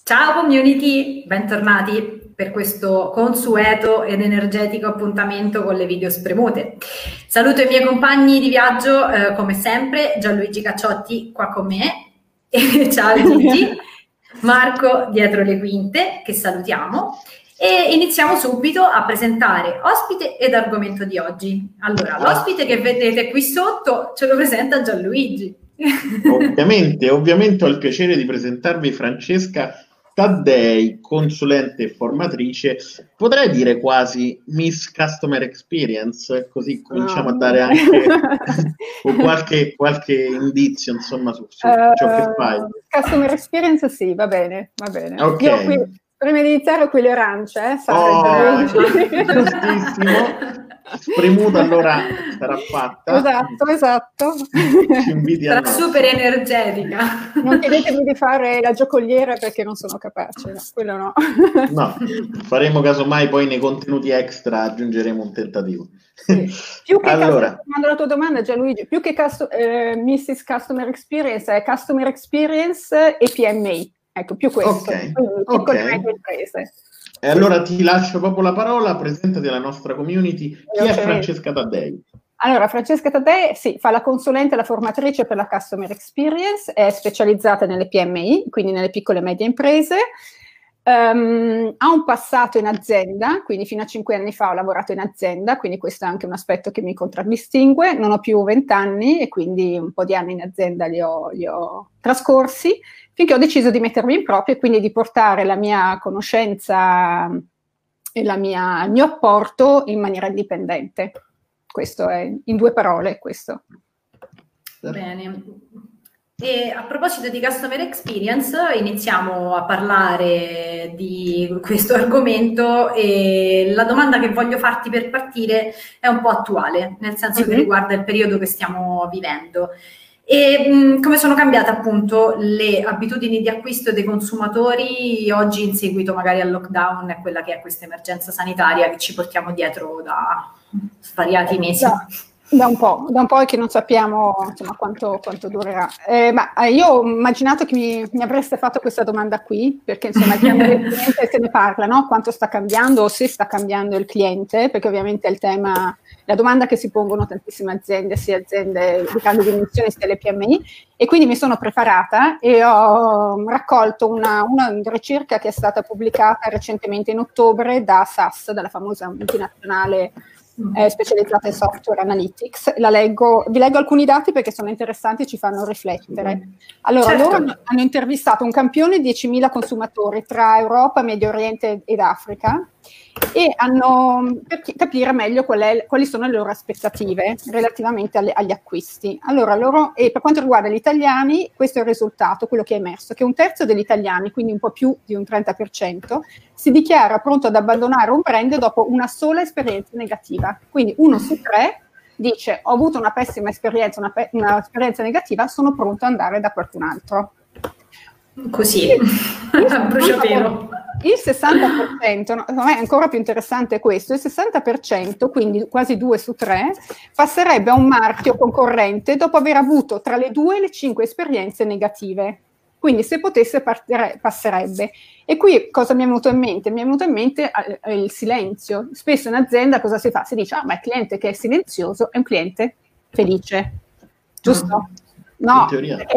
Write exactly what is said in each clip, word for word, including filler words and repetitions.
Ciao community, bentornati per questo consueto ed energetico appuntamento con le video spremute. Saluto i miei compagni di viaggio, eh, come sempre, Gianluigi Cacciotti qua con me, e ciao Gigi, Marco dietro le quinte, che salutiamo, e iniziamo subito a presentare ospite ed argomento di oggi. Allora, l'ospite che vedete qui sotto ce lo presenta Gianluigi. Ovviamente, ovviamente ho il piacere di presentarvi Francesca Taddei, consulente e formatrice, potrei dire quasi Miss Customer Experience, così cominciamo no. a dare anche qualche, qualche indizio, insomma, su, su uh, ciò che fai. Customer Experience sì, va bene, va bene. Okay. Io qui, prima di iniziare ho qui le arance, eh, oh, giustissimo. Spremuta allora sarà fatta. Esatto, esatto. Ci inviti sarà a super energetica. Non chiedetemi di fare la giocoliera perché non sono capace, no, quello no. No, faremo casomai poi nei contenuti extra aggiungeremo un tentativo. Sì. Più che allora, custom, la tua domanda Gianluigi, più che custom, eh, missus Customer Experience è Customer Experience e P M I. Ecco, più questo. Ok, Quindi, ok. Imprese. E allora ti lascio proprio la parola, presentati alla nostra community. Chi okay. è Francesca Taddei? Allora, Francesca Taddei sì, fa la consulente e la formatrice per la Customer Experience, è specializzata nelle P M I, quindi nelle piccole e medie imprese. Um, ha un passato in azienda, quindi fino a cinque anni fa ho lavorato in azienda, quindi questo è anche un aspetto che mi contraddistingue. Non ho più vent'anni e quindi un po' di anni in azienda li ho, li ho trascorsi, finché ho deciso di mettermi in proprio e quindi di portare la mia conoscenza e la mia, il mio apporto in maniera indipendente. Questo è, in due parole, questo. Bene. E a proposito di Customer Experience, iniziamo a parlare di questo argomento e la domanda che voglio farti per partire è un po' attuale, nel senso mm-hmm. che riguarda il periodo che stiamo vivendo. E mh, come sono cambiate appunto le abitudini di acquisto dei consumatori oggi in seguito magari al lockdown e quella che è questa emergenza sanitaria che ci portiamo dietro da svariati mesi. Da, da un po', da un po' che non sappiamo insomma quanto, quanto durerà. Eh, ma eh, io ho immaginato che mi, mi avreste fatto questa domanda qui, perché insomma il cliente se ne parla, no? Quanto sta cambiando o se sta cambiando il cliente, perché ovviamente è il tema, la domanda che si pongono tantissime aziende, sia aziende di grandi dimensioni sia le P M I, e quindi mi sono preparata e ho raccolto una, una ricerca che è stata pubblicata recentemente in ottobre da S A S, dalla famosa multinazionale eh, specializzata in software analytics. La leggo, vi leggo alcuni dati perché sono interessanti e ci fanno riflettere. Allora, certo. Loro hanno, hanno intervistato un campione di diecimila consumatori tra Europa, Medio Oriente ed Africa, e hanno per capire meglio qual è, quali sono le loro aspettative relativamente alle, agli acquisti. Allora, loro, e per quanto riguarda gli italiani, questo è il risultato, quello che è emerso, che un terzo degli italiani, quindi un po' più di un trenta per cento, si dichiara pronto ad abbandonare un brand dopo una sola esperienza negativa. Quindi uno su tre dice: ho avuto una pessima esperienza, una, pe- una esperienza negativa, sono pronto ad andare da qualcun altro. Così, a bruciapelo. Il sessanta per cento, no, è ancora più interessante questo, il sessanta per cento, quindi quasi due su tre, passerebbe a un marchio concorrente dopo aver avuto tra le due e le cinque esperienze negative. Quindi se potesse partire, passerebbe. E qui cosa mi è venuto in mente? Mi è venuto in mente eh, il silenzio. Spesso in azienda cosa si fa? Si dice, ah, ma il cliente che è silenzioso è un cliente felice, giusto? No,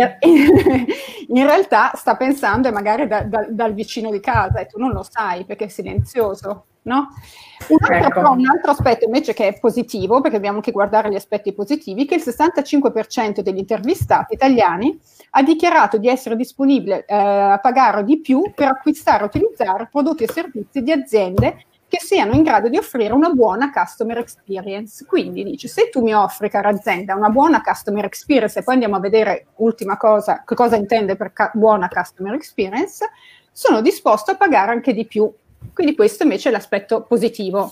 in realtà sta pensando e magari da, da, dal vicino di casa e tu non lo sai perché è silenzioso, no? Un altro, ecco. un altro aspetto invece che è positivo, perché dobbiamo anche guardare gli aspetti positivi, che il sessantacinque per cento degli intervistati italiani ha dichiarato di essere disponibile eh, a pagare di più per acquistare e utilizzare prodotti e servizi di aziende che siano in grado di offrire una buona customer experience. Quindi dice, se tu mi offri, cara azienda, una buona customer experience, e poi andiamo a vedere, ultima cosa, che cosa intende per ca- buona customer experience, sono disposto a pagare anche di più. Quindi questo invece è l'aspetto positivo.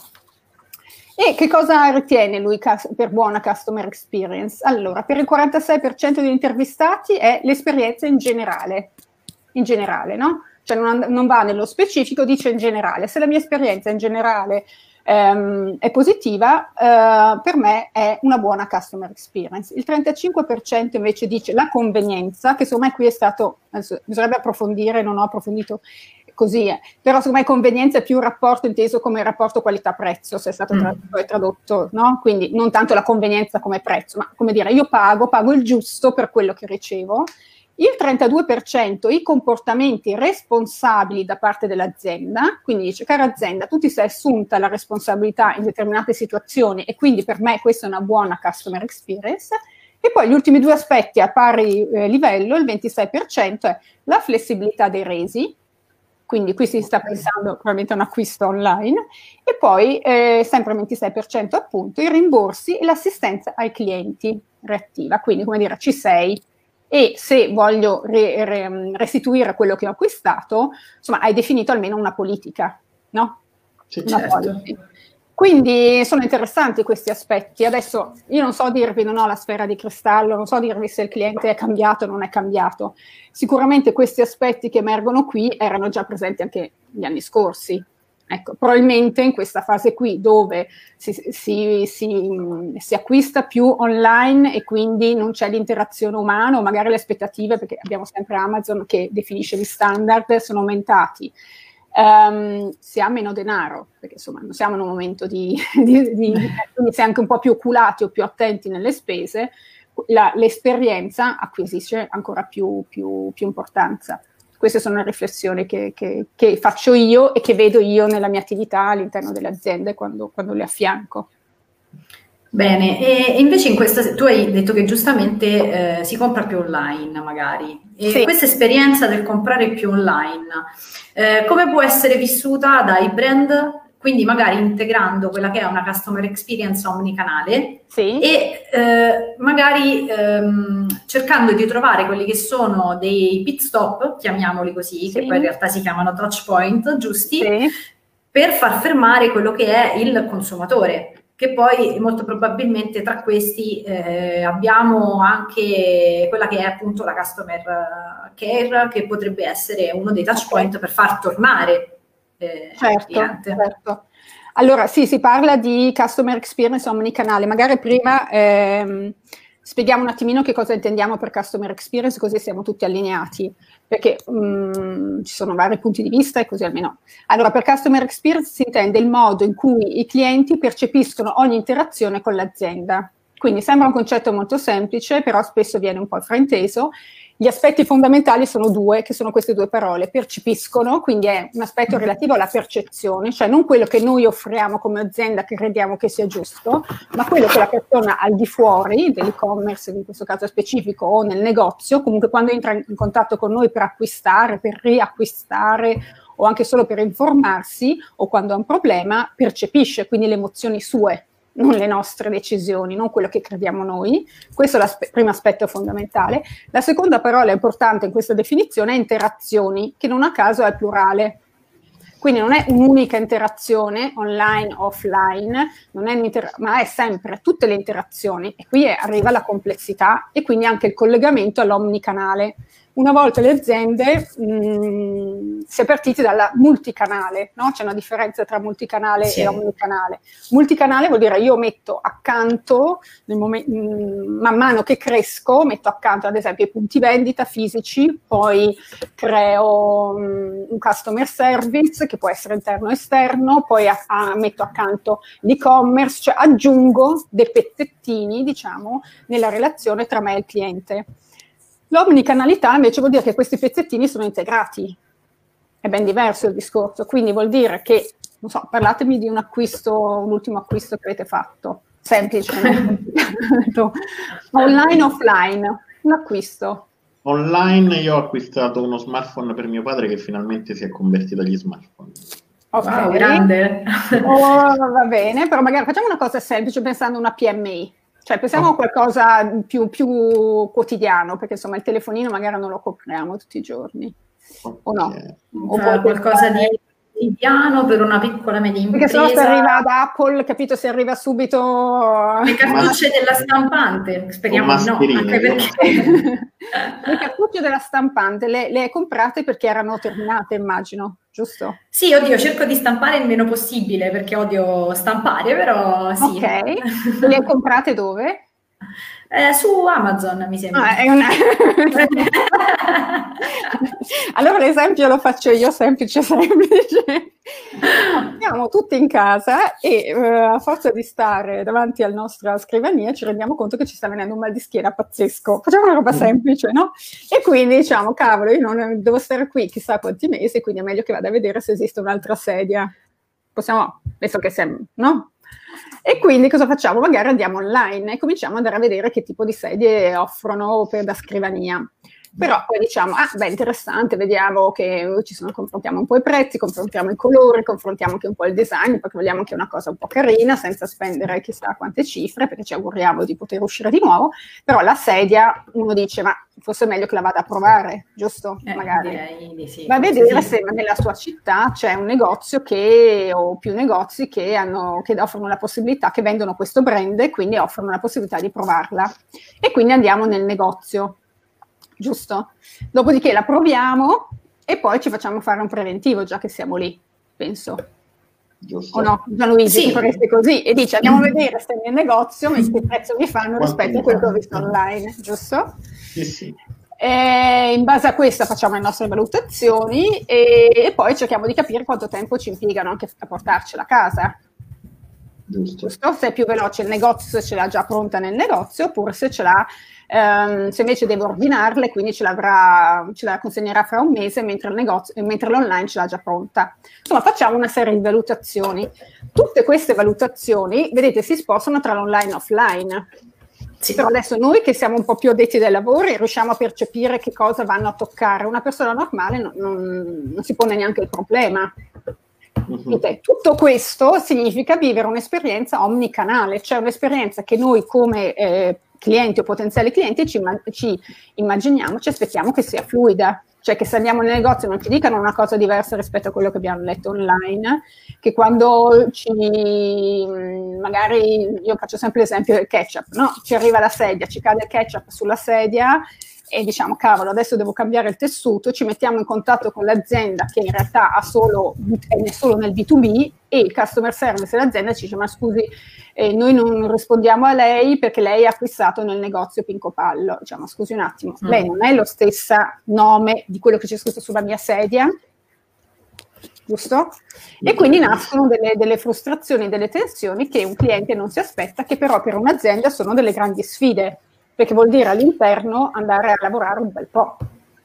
E che cosa ritiene lui per buona customer experience? Allora, per il quarantasei per cento degli intervistati è l'esperienza in generale, in generale, no? Cioè non, non va nello specifico, dice in generale. Se la mia esperienza in generale ehm, è positiva, eh, per me è una buona customer experience. Il trentacinque per cento invece dice la convenienza, che secondo me qui è stato, adesso bisognerebbe approfondire, non ho approfondito così, è. Però secondo me convenienza è più un rapporto inteso come rapporto qualità-prezzo, se è stato tradotto, mm. tradotto, no? Quindi non tanto la convenienza come prezzo, ma come dire, io pago, pago il giusto per quello che ricevo. Il trentadue per cento i comportamenti responsabili da parte dell'azienda, quindi dice, cara azienda, tu ti sei assunta la responsabilità in determinate situazioni e quindi per me questa è una buona customer experience. E poi gli ultimi due aspetti a pari eh, livello, il ventisei per cento è la flessibilità dei resi, quindi qui si sta pensando probabilmente a un acquisto online, e poi eh, sempre il ventisei per cento appunto i rimborsi e l'assistenza ai clienti reattiva, quindi come dire ci sei, e se voglio re, re, restituire quello che ho acquistato, insomma hai definito almeno una politica, no? Sì, una certo. policy. Quindi sono interessanti questi aspetti. Adesso io non so dirvi, non ho la sfera di cristallo, non so dirvi se il cliente è cambiato o non è cambiato. Sicuramente questi aspetti che emergono qui erano già presenti anche gli anni scorsi. Ecco, probabilmente in questa fase qui dove si, si, si, si acquista più online e quindi non c'è l'interazione umana o magari le aspettative, perché abbiamo sempre Amazon che definisce gli standard, sono aumentati. Um, si ha meno denaro, perché insomma non siamo in un momento di, di, di quindi si è anche un po' più oculati o più attenti nelle spese, la, l'esperienza acquisisce ancora più, più, più importanza. Queste sono le riflessioni che, che, che faccio io e che vedo io nella mia attività all'interno delle aziende quando, quando le affianco. Bene, e invece in questa, tu hai detto che giustamente eh, si compra più online magari, e sì. Questa esperienza del comprare più online, eh, come può essere vissuta dai brand, quindi magari integrando quella che è una customer experience omnicanale sì. e eh, magari ehm, cercando di trovare quelli che sono dei pit stop, chiamiamoli così, sì. che poi in realtà si chiamano touch point, giusti, sì. per far fermare quello che è il consumatore. Che poi molto probabilmente tra questi eh, abbiamo anche quella che è appunto la customer care, che potrebbe essere uno dei touch point per far tornare eh, certo, il cliente. Certo. Allora sì, si parla di customer experience omnicanale, magari prima ehm, spieghiamo un attimino che cosa intendiamo per customer experience, così siamo tutti allineati, perché um, ci sono vari punti di vista e così almeno. Allora, per customer experience si intende il modo in cui i clienti percepiscono ogni interazione con l'azienda. Quindi sembra un concetto molto semplice, però spesso viene un po' frainteso. Gli aspetti fondamentali sono due, che sono queste due parole: percepiscono, quindi è un aspetto relativo alla percezione, cioè non quello che noi offriamo come azienda che crediamo che sia giusto, ma quello che la persona al di fuori dell'e-commerce, in questo caso specifico, o nel negozio, comunque quando entra in contatto con noi per acquistare, per riacquistare o anche solo per informarsi, o quando ha un problema, percepisce, quindi le emozioni sue, non le nostre decisioni, non quello che crediamo noi. Questo è il primo aspetto fondamentale. La seconda parola importante in questa definizione è interazioni, che non a caso è plurale. Quindi non è un'unica interazione online, offline, non è ma è sempre tutte le interazioni, e qui è, arriva la complessità e quindi anche il collegamento all'omnicanale. Una volta le aziende mh, si è partiti dalla multicanale, no? C'è una differenza tra multicanale sì. e omnicanale. Multicanale vuol dire io metto accanto, nel momen- mh, man mano che cresco, metto accanto ad esempio i punti vendita fisici, poi creo mh, un customer service che può essere interno o esterno, poi a- a- metto accanto l'e-commerce, cioè aggiungo dei pezzettini, diciamo, nella relazione tra me e il cliente. L'omnicanalità invece vuol dire che questi pezzettini sono integrati, è ben diverso il discorso, quindi vuol dire che, non so, parlatemi di un acquisto, un ultimo acquisto che avete fatto, semplice, no? Online, offline, un acquisto. Online io ho acquistato uno smartphone per mio padre che finalmente si è convertito agli smartphone. Ok, wow, grande. Oh, va bene, però magari facciamo una cosa semplice pensando a una P M I. Cioè pensiamo a qualcosa più, più quotidiano, perché insomma il telefonino magari non lo compriamo tutti i giorni, okay. o no? O uh, qualcosa di quotidiano per una piccola media impresa. Perché se no se arriva ad Apple, capito, se arriva subito... Le cartucce della stampante, speriamo di no, anche perché... Le cartucce della stampante le, le hai comprate perché erano terminate, immagino. giusto? Sì, oddio, cerco di stampare il meno possibile perché odio stampare, però sì. Ok, e le comprate dove? Eh, su Amazon, mi sembra. Ah, è una... Allora l'esempio lo faccio io, semplice, semplice. Siamo tutti in casa e uh, a forza di stare davanti alla nostra scrivania ci rendiamo conto che ci sta venendo un mal di schiena pazzesco. Facciamo una roba semplice, no? E quindi diciamo, cavolo, io non devo stare qui chissà quanti mesi, quindi è meglio che vada a vedere se esiste un'altra sedia. Possiamo, visto che siamo, no? E quindi cosa facciamo? Magari andiamo online e cominciamo ad andare a vedere che tipo di sedie offrono per da scrivania. Però poi diciamo, ah beh, interessante, vediamo che ci sono, confrontiamo un po' i prezzi, confrontiamo i colori, confrontiamo anche un po' il design, perché vogliamo anche una cosa un po' carina, senza spendere chissà quante cifre, perché ci auguriamo di poter uscire di nuovo. Però la sedia, uno dice, ma forse è meglio che la vada a provare, giusto? Eh, Magari direi di sì, va a vedere sì. se nella sua città c'è un negozio che, o più negozi che, hanno, che offrono la possibilità, che vendono questo brand e quindi offrono la possibilità di provarla. E quindi andiamo nel negozio. Giusto? Dopodiché la proviamo e poi ci facciamo fare un preventivo, già che siamo lì, penso. Giusto. O no, Gianluigi, sì. Che faresti così e dici andiamo a vedere se nel negozio che prezzo mi fanno Quanto rispetto mi a quello che ho fanno? visto online, giusto? Sì, sì. E in base a questa facciamo le nostre valutazioni e, e poi cerchiamo di capire quanto tempo ci impiegano anche a portarcela a casa. Giusto. Giusto? Se è più veloce il negozio, se ce l'ha già pronta nel negozio, oppure se ce l'ha, ehm, se invece devo ordinarle, quindi ce l'avrà, ce la consegnerà fra un mese, mentre il negozio, mentre l'online ce l'ha già pronta. Insomma, facciamo una serie di valutazioni. Tutte queste valutazioni, vedete, si spostano tra l'online e l'offline. Sì. Però adesso noi che siamo un po' più addetti ai lavori riusciamo a percepire che cosa vanno a toccare. Una persona normale non, non, non si pone neanche il problema. Uh-huh. Tutto questo significa vivere un'esperienza omnicanale, cioè un'esperienza che noi come eh, clienti o potenziali clienti ci, ci immaginiamo, ci aspettiamo che sia fluida, cioè che se andiamo nel negozio non ci dicano una cosa diversa rispetto a quello che abbiamo letto online, che quando ci, magari, io faccio sempre l'esempio del ketchup, no? Ci arriva la sedia, ci cade il ketchup sulla sedia e diciamo, cavolo, adesso devo cambiare il tessuto, ci mettiamo in contatto con l'azienda che in realtà ha solo, è solo nel B due B e il customer service dell'azienda ci dice, ma scusi, eh, noi non rispondiamo a lei perché lei ha acquistato nel negozio Pinco Pallo. Diciamo, scusi un attimo, mm. lei non è lo stesso nome di quello che c'è scritto sulla mia sedia? Giusto? E quindi nascono delle, delle frustrazioni, delle tensioni che un cliente non si aspetta, che però per un'azienda sono delle grandi sfide, perché vuol dire all'interno andare a lavorare un bel po'.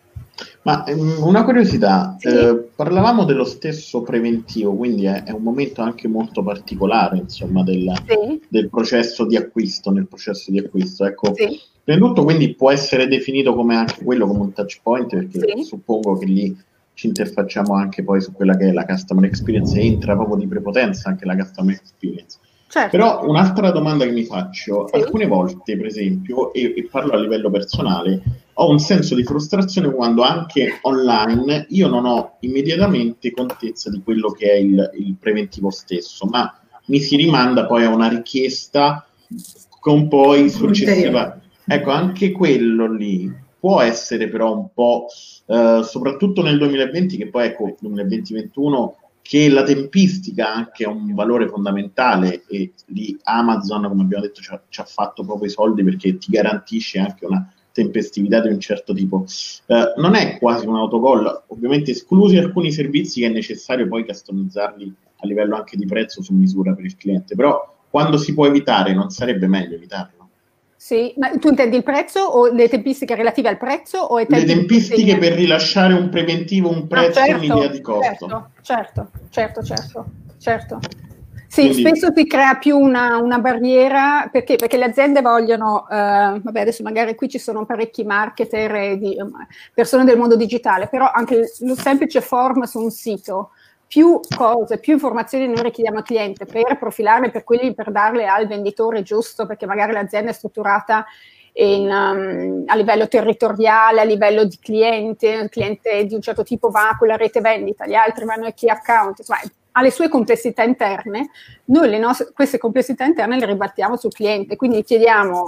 Ma um, una curiosità, sì. eh, parlavamo dello stesso preventivo, quindi è, è un momento anche molto particolare, insomma, del, sì. del processo di acquisto, nel processo di acquisto. Ecco, sì. prima di tutto quindi può essere definito come anche quello come un touch point, perché sì. suppongo che lì ci interfacciamo anche poi su quella che è la customer experience e entra proprio di prepotenza anche la customer experience. Certo. Però un'altra domanda che mi faccio, sì. alcune volte per esempio, e, e parlo a livello personale, ho un senso di frustrazione quando anche online io non ho immediatamente contezza di quello che è il, il preventivo stesso, ma mi si rimanda poi a una richiesta con poi successiva. Ecco, anche quello lì può essere però un po', eh, soprattutto nel duemilaventi, che poi ecco, duemilaventi ventuno, che la tempistica anche ha un valore fondamentale e lì Amazon, come abbiamo detto, ci ha, ci ha fatto proprio i soldi perché ti garantisce anche una tempestività di un certo tipo. Eh, non è quasi un autogol, ovviamente esclusi alcuni servizi che è necessario poi customizzarli a livello anche di prezzo su misura per il cliente, però quando si può evitare non sarebbe meglio evitarlo? Sì, ma tu intendi il prezzo o le tempistiche relative al prezzo? O le tempistiche per rilasciare un preventivo, un prezzo, ah, certo, un'idea di costo. Certo, certo, certo, certo. Sì, quindi spesso si crea più una, una barriera, perché? Perché le aziende vogliono, eh, vabbè adesso magari qui ci sono parecchi marketer e di, persone del mondo digitale, però anche lo semplice form su un sito, più cose, più informazioni noi richiediamo al cliente per profilarle, per quelli, per darle al venditore giusto, perché magari l'azienda è strutturata in, um, a livello territoriale, a livello di cliente, il cliente di un certo tipo va con la rete vendita, gli altri vanno ai key account, insomma, ha le sue complessità interne, noi le nostre, queste complessità interne le ribattiamo sul cliente, quindi chiediamo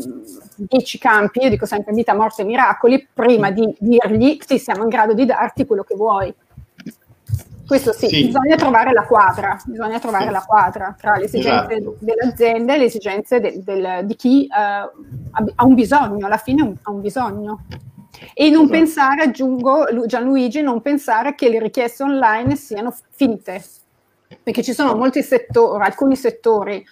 dieci campi, io dico sempre vita, morte e miracoli, prima di dirgli sì, siamo in grado di darti quello che vuoi. Questo sì, sì, bisogna trovare la quadra, bisogna trovare sì. la quadra tra le esigenze esatto. dell'azienda e le esigenze de, del, di chi uh, ha un bisogno, alla fine ha un bisogno. E non esatto. pensare, aggiungo Gianluigi, non pensare che le richieste online siano finte, perché ci sono molti settori, alcuni settori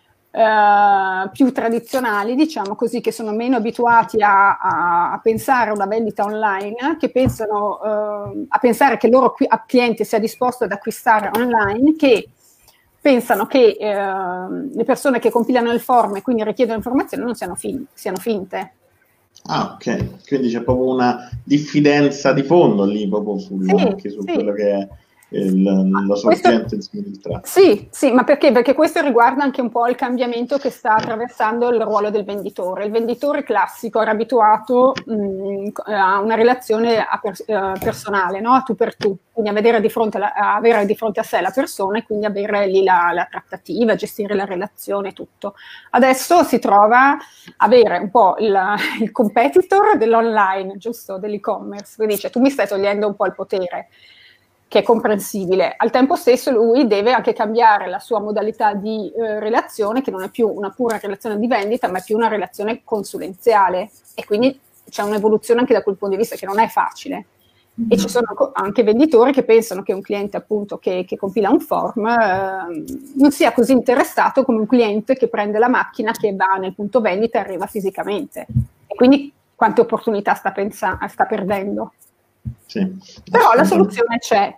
Uh, più tradizionali, diciamo così, che sono meno abituati a, a, a pensare a una vendita online, che pensano uh, a pensare che il loro cliente sia disposto ad acquistare online, che pensano che uh, le persone che compilano il form e quindi richiedono informazioni non siano, fin- siano finte. Ah, ok, quindi c'è proprio una diffidenza di fondo lì, proprio sul, sì, anche su sì. quello che è Il, la sorgente del traffico. Sì, sì, ma perché? Perché questo riguarda anche un po' il cambiamento che sta attraversando il ruolo del venditore. Il venditore classico era abituato mh, a una relazione a per, uh, personale, no? A tu per tu, quindi a, vedere di fronte la, a avere di fronte a sé la persona e quindi avere lì la, la trattativa, gestire la relazione e tutto. Adesso si trova a avere un po' il, il competitor dell'online, giusto, dell'e-commerce, quindi dice tu mi stai togliendo un po' il potere, che è comprensibile. Al tempo stesso lui deve anche cambiare la sua modalità di eh, relazione, che non è più una pura relazione di vendita, ma è più una relazione consulenziale, e quindi c'è un'evoluzione anche da quel punto di vista che non è facile. Mm-hmm. E ci sono anche venditori che pensano che un cliente appunto che, che compila un form eh, non sia così interessato come un cliente che prende la macchina, che va nel punto vendita e arriva fisicamente. E quindi quante opportunità sta, pensa- sta perdendo. Sì, però la soluzione c'è.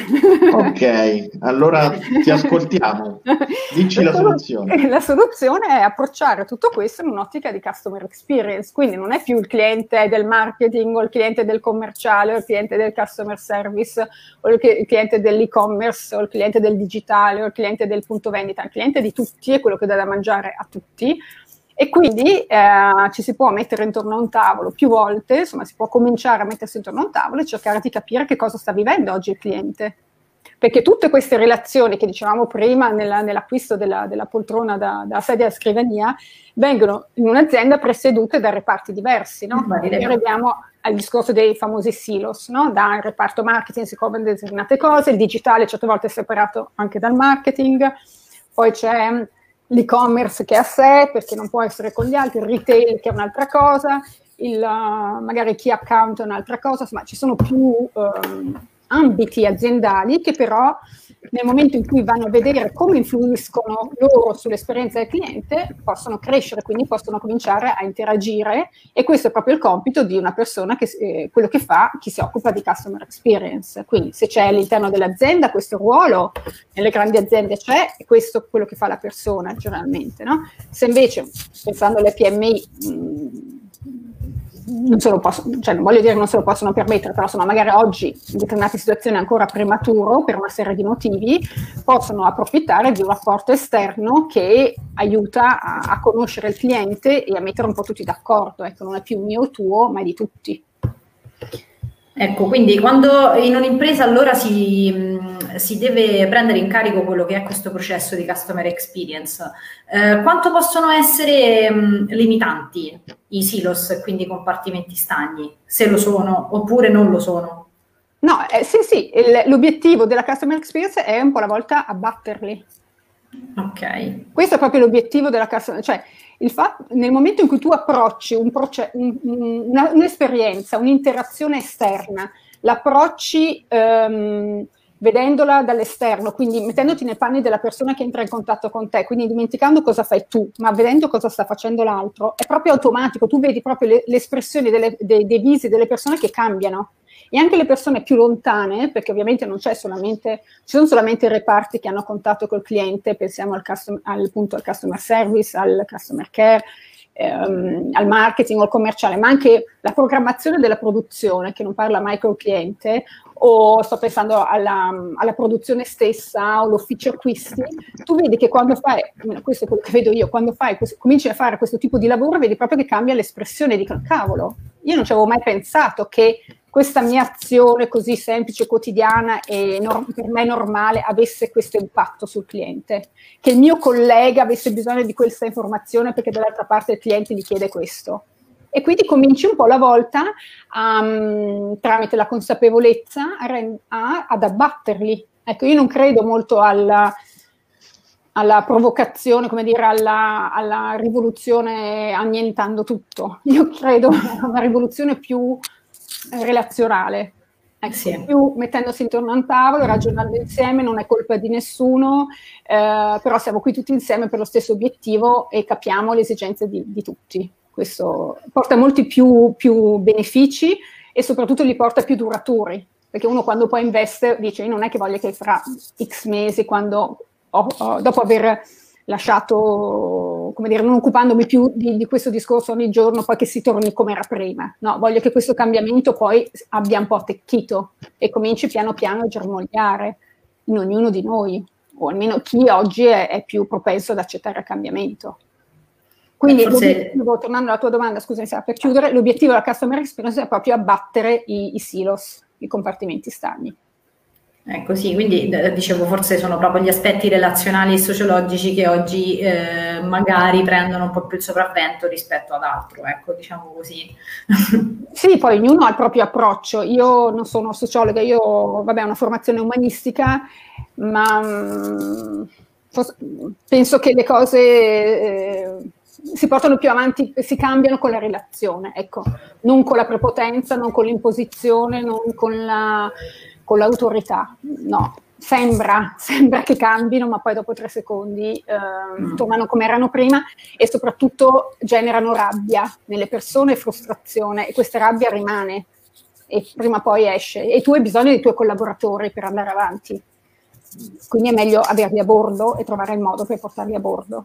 Ok, allora ti ascoltiamo, dici la, la soluzione. La soluzione è approcciare tutto questo in un'ottica di customer experience, quindi non è più il cliente del marketing o il cliente del commerciale o il cliente del customer service o il cliente dell'e-commerce o il cliente del digitale o il cliente del punto vendita, il cliente di tutti è quello che dà da mangiare a tutti. E quindi eh, ci si può mettere intorno a un tavolo più volte, insomma si può cominciare a mettersi intorno a un tavolo e cercare di capire che cosa sta vivendo oggi il cliente. Perché tutte queste relazioni che dicevamo prima nella, nell'acquisto della, della poltrona da, da sedia a scrivania vengono in un'azienda presiedute da reparti diversi, no? E arriviamo al discorso dei famosi silos, no? Da il reparto marketing si coprono determinate cose, il digitale certe volte è separato anche dal marketing, poi c'è l'e-commerce che è a sé, perché non può essere con gli altri, il retail che è un'altra cosa, il, uh, magari key account è un'altra cosa, insomma ci sono più um, ambiti aziendali che però nel momento in cui vanno a vedere come influiscono loro sull'esperienza del cliente possono crescere, quindi possono cominciare a interagire, e questo è proprio il compito di una persona che eh, quello che fa chi si occupa di customer experience. Quindi se c'è all'interno dell'azienda questo ruolo, nelle grandi aziende c'è, e questo è quello che fa la persona generalmente, no? Se invece, pensando alle P M I, mh, non se lo possono, cioè non voglio dire che non se lo possono permettere, però insomma magari oggi in determinate situazioni è ancora prematuro per una serie di motivi, possono approfittare di un rapporto esterno che aiuta a, a conoscere il cliente e a mettere un po' tutti d'accordo, ecco, non è più mio o tuo, ma è di tutti. Ecco, quindi quando in un'impresa allora si, mh, si deve prendere in carico quello che è questo processo di customer experience, eh, quanto possono essere mh, limitanti i silos, quindi i compartimenti stagni, se lo sono oppure non lo sono? No, eh, sì, sì, il, l'obiettivo della customer experience è un po' alla volta abbatterli. Ok. Questo è proprio l'obiettivo della customer, cioè il fatto, nel momento in cui tu approcci un proce- un, una, un'esperienza, un'interazione esterna, l'approcci ehm, vedendola dall'esterno, quindi mettendoti nei panni della persona che entra in contatto con te, quindi dimenticando cosa fai tu, ma vedendo cosa sta facendo l'altro, è proprio automatico, tu vedi proprio le, le espressioni delle, dei, dei visi delle persone che cambiano. E anche le persone più lontane, perché ovviamente non c'è solamente, ci sono solamente i reparti che hanno contatto col cliente, pensiamo al, custom, al, punto, al customer service, al customer care, ehm, al marketing o al commerciale, ma anche la programmazione della produzione, che non parla mai col cliente, o sto pensando alla, alla produzione stessa o l'ufficio acquisti. Tu vedi che quando fai, questo è quello che vedo io, quando fai, cominci a fare questo tipo di lavoro, vedi proprio che cambia l'espressione di cavolo. Io non ci avevo mai pensato che questa mia azione così semplice, quotidiana e no, per me normale avesse questo impatto sul cliente, che il mio collega avesse bisogno di questa informazione perché dall'altra parte il cliente gli chiede questo. E quindi cominci un po' alla volta, um, tramite la consapevolezza, a, a, ad abbatterli, Ecco, io non credo molto alla, alla provocazione, come dire, alla, alla rivoluzione annientando tutto. Io credo a una rivoluzione più relazionale. Ecco, sì. Più mettendosi intorno a un tavolo, ragionando insieme, non è colpa di nessuno, eh, però siamo qui tutti insieme per lo stesso obiettivo e capiamo le esigenze di, di tutti. Questo porta molti più, più benefici e soprattutto li porta più duraturi, perché uno quando poi investe dice: io non è che voglio che fra X mesi, quando ho, ho, dopo aver lasciato, come dire, non occupandomi più di, di questo discorso ogni giorno, poi che si torni come era prima. No, voglio che questo cambiamento poi abbia un po' attecchito e cominci piano piano a germogliare in ognuno di noi, o almeno chi oggi è, è più propenso ad accettare il cambiamento. Quindi, forse... tornando alla tua domanda, scusami, per chiudere, l'obiettivo della Customer Experience è proprio abbattere i, i silos, i compartimenti stagni. Ecco, sì, quindi dicevo, forse sono proprio gli aspetti relazionali e sociologici che oggi eh, magari prendono un po' più il sopravvento rispetto ad altro, ecco, diciamo così. Sì, poi ognuno ha il proprio approccio. Io non sono sociologa, io, vabbè, ho una formazione umanistica, ma mh, penso che le cose eh, si portano più avanti, si cambiano con la relazione, ecco, non con la prepotenza, non con l'imposizione, non con la... con l'autorità, no, sembra, sembra che cambino, ma poi dopo tre secondi eh, mm. tornano come erano prima e soprattutto generano rabbia nelle persone e frustrazione, e questa rabbia rimane e prima o poi esce, e tu hai bisogno dei tuoi collaboratori per andare avanti, quindi è meglio averli a bordo e trovare il modo per portarli a bordo.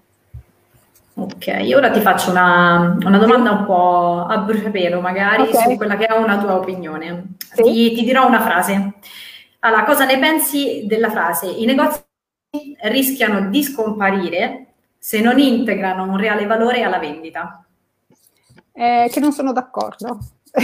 Ok, ora ti faccio una, una domanda un po' a bruciapelo, magari, okay, su quella che è una tua opinione. Sì? Ti, ti dirò una frase. Allora, cosa ne pensi della frase? I negozi rischiano di scomparire se non integrano un reale valore alla vendita. Eh, che non sono d'accordo.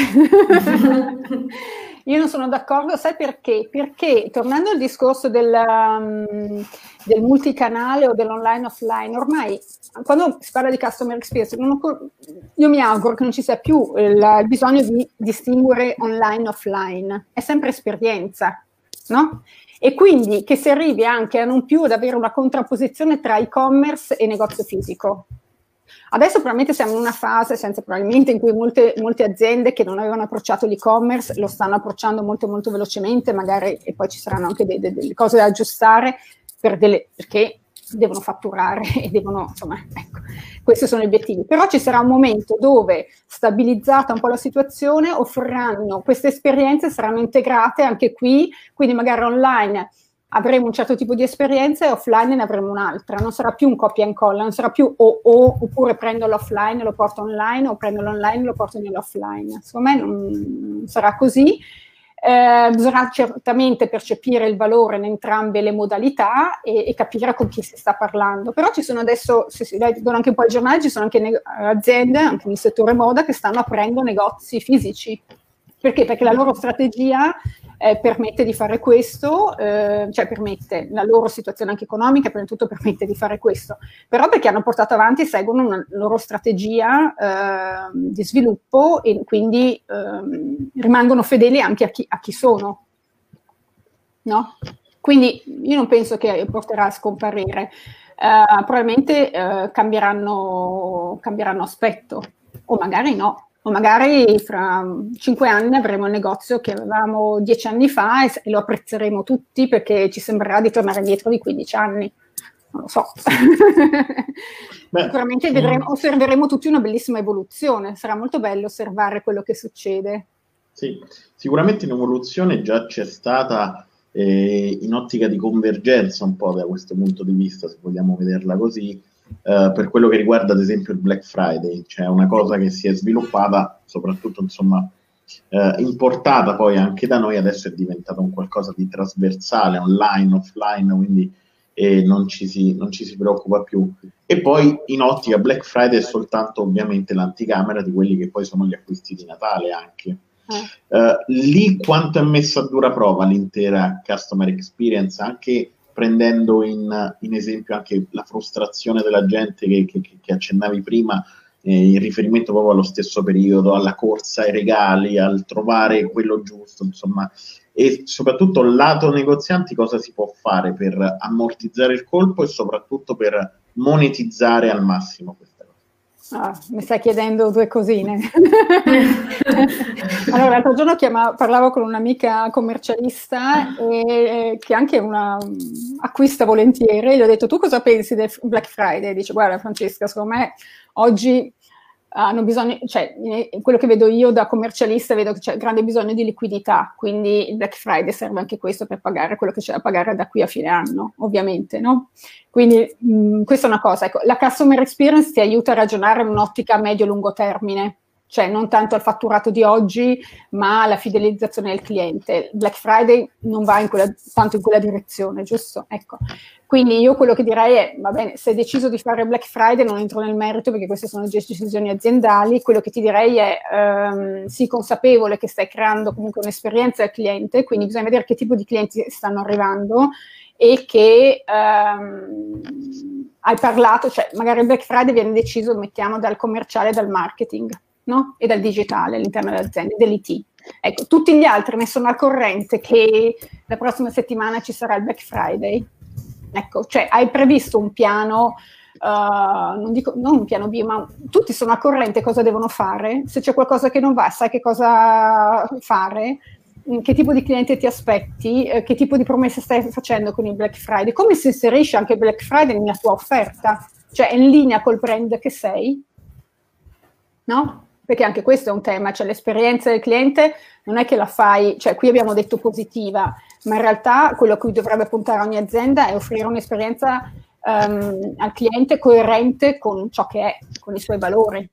Io non sono d'accordo, sai perché? Perché, tornando al discorso del, um, del multicanale o dell'online offline, ormai quando si parla di customer experience, non, io mi auguro che non ci sia più il, il bisogno di distinguere online e offline, è sempre esperienza, no? E quindi che si arrivi anche a non più ad avere una contrapposizione tra e-commerce e negozio fisico. Adesso probabilmente siamo in una fase, senza probabilmente, in cui molte, molte aziende che non avevano approcciato l'e-commerce lo stanno approcciando molto molto velocemente, magari, e poi ci saranno anche de, de, delle cose da aggiustare per delle, perché devono fatturare e devono, insomma, ecco, questi sono gli obiettivi. Però ci sarà un momento dove, stabilizzata un po' la situazione, offriranno queste esperienze, saranno integrate anche qui, quindi magari online avremo un certo tipo di esperienza e offline ne avremo un'altra, non sarà più un copia e incolla, non sarà più o o, oppure prendo l'offline e lo porto online, o prendo l'online e lo porto nell'offline. Secondo me non sarà così. Eh, bisogna certamente percepire il valore in entrambe le modalità e, e capire con chi si sta parlando. Però ci sono adesso, se si leggono anche un po' i giornali, ci sono anche aziende, anche nel settore moda, che stanno aprendo negozi fisici. Perché? Perché la loro strategia eh, permette di fare questo, eh, cioè permette, la loro situazione anche economica, prima di tutto permette di fare questo, però perché hanno portato avanti e seguono una loro strategia eh, di sviluppo e quindi eh, rimangono fedeli anche a chi, a chi sono, no? Quindi io non penso che porterà a scomparire, eh, probabilmente eh, cambieranno, cambieranno aspetto, o magari no. O magari fra cinque anni avremo il negozio che avevamo dieci anni fa e lo apprezzeremo tutti perché ci sembrerà di tornare indietro di quindici anni. Non lo so. Beh, sicuramente vedremo, osserveremo tutti una bellissima evoluzione. Sarà molto bello osservare quello che succede. Sì, sicuramente un'evoluzione già c'è stata eh, in ottica di convergenza un po' da questo punto di vista, se vogliamo vederla così. Uh, per quello che riguarda ad esempio il Black Friday, cioè una cosa che si è sviluppata, soprattutto insomma uh, importata poi anche da noi, adesso è diventata un qualcosa di trasversale, online, offline, quindi eh, non, ci si, non ci si preoccupa più. E poi in ottica Black Friday è soltanto ovviamente l'anticamera di quelli che poi sono gli acquisti di Natale anche. Eh. Uh, lì quanto è messa a dura prova l'intera customer experience, anche prendendo in, in esempio anche la frustrazione della gente che, che, che accennavi prima eh, in riferimento proprio allo stesso periodo, alla corsa ai regali, al trovare quello giusto, insomma. E soprattutto lato negozianti cosa si può fare per ammortizzare il colpo e soprattutto per monetizzare al massimo questa cosa? Ah, mi stai chiedendo due cosine. Allora, l'altro giorno chiama, parlavo con un'amica commercialista e, che anche una, acquista volentieri, gli ho detto: tu cosa pensi del Black Friday? Dice: guarda Francesca, secondo me oggi hanno bisogno, cioè quello che vedo io da commercialista, vedo che c'è grande bisogno di liquidità, quindi il Black Friday serve anche questo per pagare quello che c'è da pagare da qui a fine anno, ovviamente, no? Quindi mh, questa è una cosa, ecco, la customer experience ti aiuta a ragionare in un'ottica medio-lungo termine, cioè non tanto al fatturato di oggi, ma alla fidelizzazione del cliente. Black Friday non va in quella, tanto in quella direzione, giusto? Ecco. Quindi io quello che direi è, va bene, se hai deciso di fare Black Friday, non entro nel merito perché queste sono decisioni aziendali, quello che ti direi è, ehm, sii consapevole che stai creando comunque un'esperienza al cliente, quindi bisogna vedere che tipo di clienti stanno arrivando e che ehm, hai parlato, cioè magari il Black Friday viene deciso, mettiamo, dal commerciale e dal marketing, no? E dal digitale all'interno dell'azienda, dell'I T. Ecco, tutti gli altri ne sono al corrente che la prossima settimana ci sarà il Black Friday. Ecco, cioè hai previsto un piano, uh, non dico non un piano B, ma tutti sono al corrente cosa devono fare. Se c'è qualcosa che non va, sai che cosa fare, che tipo di cliente ti aspetti, eh, che tipo di promesse stai facendo con il Black Friday, come si inserisce anche il Black Friday nella tua offerta, cioè in linea col brand che sei, no? Perché anche questo è un tema, cioè l'esperienza del cliente non è che la fai, cioè qui abbiamo detto positiva, ma in realtà quello a cui dovrebbe puntare ogni azienda è offrire un'esperienza um, al cliente coerente con ciò che è, con i suoi valori.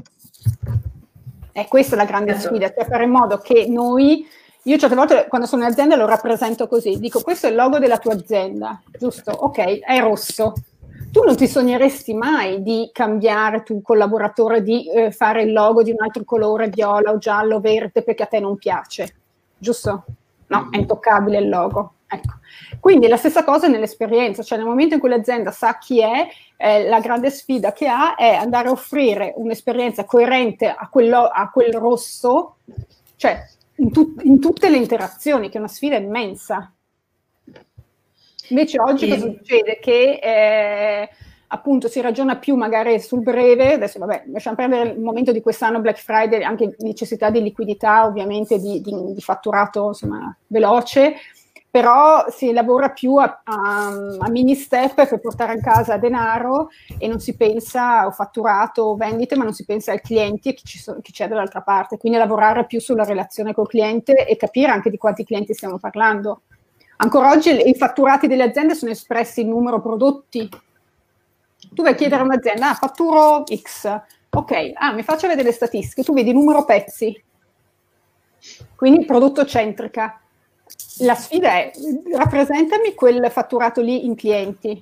E questa è la grande sfida, cioè fare in modo che noi, io certe volte quando sono in azienda lo rappresento così, dico: questo è il logo della tua azienda, giusto? Ok, è rosso. Tu non ti sogneresti mai di cambiare, tu collaboratore, di eh, fare il logo di un altro colore, viola o giallo, verde, perché a te non piace, giusto? No, è intoccabile il logo. Ecco. Quindi la stessa cosa nell'esperienza, cioè nel momento in cui l'azienda sa chi è, eh, la grande sfida che ha è andare a offrire un'esperienza coerente a, quello, a quel rosso, cioè in, tu, in tutte le interazioni, che è una sfida immensa. Invece oggi cosa succede? Che eh, appunto si ragiona più magari sul breve, adesso vabbè, lasciamo perdere il momento di quest'anno Black Friday, anche necessità di liquidità, ovviamente di, di, di fatturato insomma veloce, però si lavora più a, a, a mini step per portare a casa denaro e non si pensa o fatturato o vendite, ma non si pensa ai clienti e chi, ci so, chi c'è dall'altra parte, quindi lavorare più sulla relazione col cliente e capire anche di quanti clienti stiamo parlando. Ancora oggi i fatturati delle aziende sono espressi in numero prodotti. Tu vai a chiedere a un'azienda: ah, fatturo X, ok, ah, mi faccio vedere le statistiche, tu vedi numero pezzi, quindi prodotto centrica. La sfida è: rappresentami quel fatturato lì in clienti.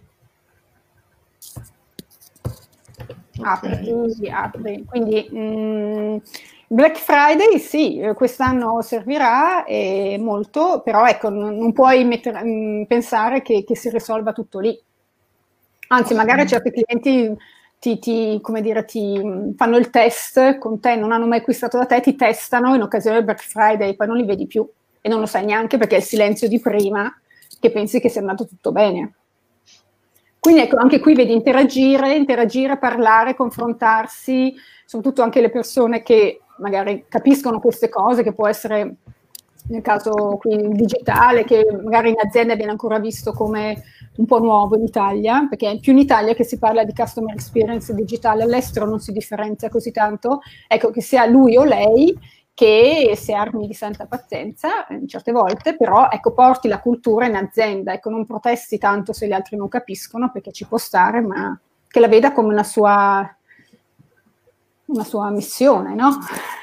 Apri, okay. apri. Quindi mh, Black Friday sì, quest'anno servirà e molto, però ecco, non, non puoi mettere, mh, pensare che, che si risolva tutto lì. Anzi, magari certi clienti ti, ti, come dire, ti fanno il test con te, non hanno mai acquistato da te, ti testano in occasione del Black Friday, poi non li vedi più e non lo sai neanche perché è il silenzio di prima che pensi che sia andato tutto bene. Quindi ecco, anche qui vedi interagire, interagire, parlare, confrontarsi, soprattutto anche le persone che magari capiscono queste cose, che può essere nel caso qui digitale, che magari in azienda viene ancora visto come un po' nuovo in Italia, perché è più in Italia che si parla di customer experience digitale, all'estero non si differenzia così tanto, ecco, che sia lui o lei che se armi di santa pazienza eh, certe volte, però ecco, porti la cultura in azienda, ecco, non protesti tanto se gli altri non capiscono, perché ci può stare, ma che la veda come una sua una sua missione, no?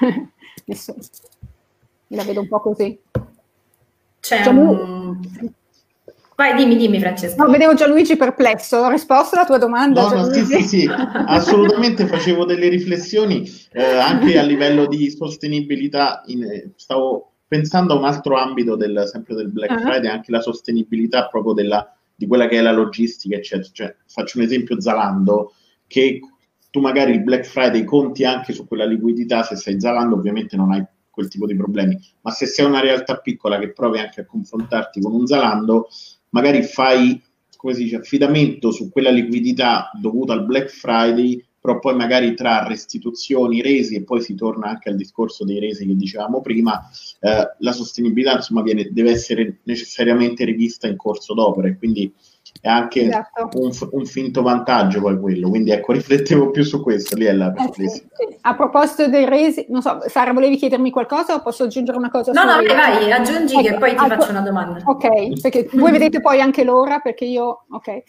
La vedo un po' così. C'è un... Vai, dimmi, dimmi Francesco. No, vedevo Gianluigi perplesso, ho risposto alla tua domanda? No, no, sì, sì, sì, assolutamente facevo delle riflessioni eh, anche a livello di sostenibilità, in, eh, stavo pensando a un altro ambito del, sempre del Black Friday, uh-huh. anche la sostenibilità proprio della, di quella che è la logistica, eccetera. Cioè, faccio un esempio: Zalando, che tu magari il Black Friday conti anche su quella liquidità, se sei Zalando ovviamente non hai quel tipo di problemi, ma se sei una realtà piccola che provi anche a confrontarti con un Zalando, magari fai, come si dice, affidamento su quella liquidità dovuta al Black Friday, però poi magari tra restituzioni, resi, e poi si torna anche al discorso dei resi che dicevamo prima, eh, la sostenibilità insomma viene, deve essere necessariamente rivista in corso d'opera, e quindi è anche esatto. un, un finto vantaggio poi quello, quindi ecco, riflettevo più su questo, lì è la perplessità. Eh sì, sì. A proposito dei resi, non so, Sara, volevi chiedermi qualcosa o posso aggiungere una cosa? No, no, vai, vai, aggiungi ecco, che poi ti faccio una domanda. Ok, perché voi vedete poi anche l'ora, perché io, ok.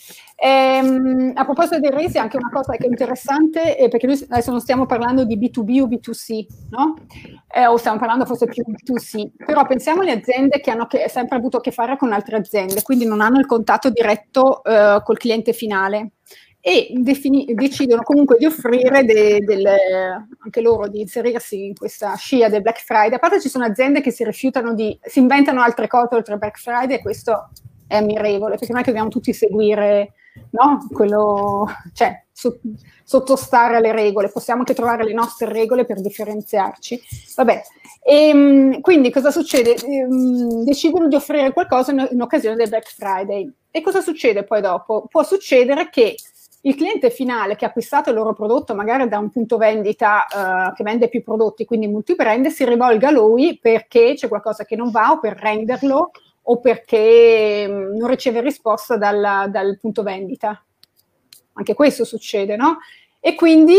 Ehm, a proposito dei resi, anche una cosa che è interessante, è perché noi adesso non stiamo parlando di B due B o B due C, no? Eh, o stiamo parlando forse più di B due C, però pensiamo alle aziende che hanno che, sempre avuto a che fare con altre aziende, quindi non hanno il contatto diretto eh, col cliente finale e defini- decidono comunque di offrire de- delle, anche loro di inserirsi in questa scia del Black Friday. A parte ci sono aziende che si rifiutano di, si inventano altre cose oltre al Black Friday, e questo è ammirevole, perché non è che dobbiamo tutti seguire, no? Quello, cioè, so, sottostare alle regole, possiamo anche trovare le nostre regole per differenziarci. Vabbè, e, quindi cosa succede? Ehm, decidono di offrire qualcosa in, in occasione del Black Friday. E cosa succede poi dopo? Può succedere che il cliente finale che ha acquistato il loro prodotto magari da un punto vendita uh, che vende più prodotti, quindi multibrand, si rivolga a lui perché c'è qualcosa che non va, o per renderlo, o perché mh, non riceve risposta dal, dal punto vendita. Anche questo succede, no? E quindi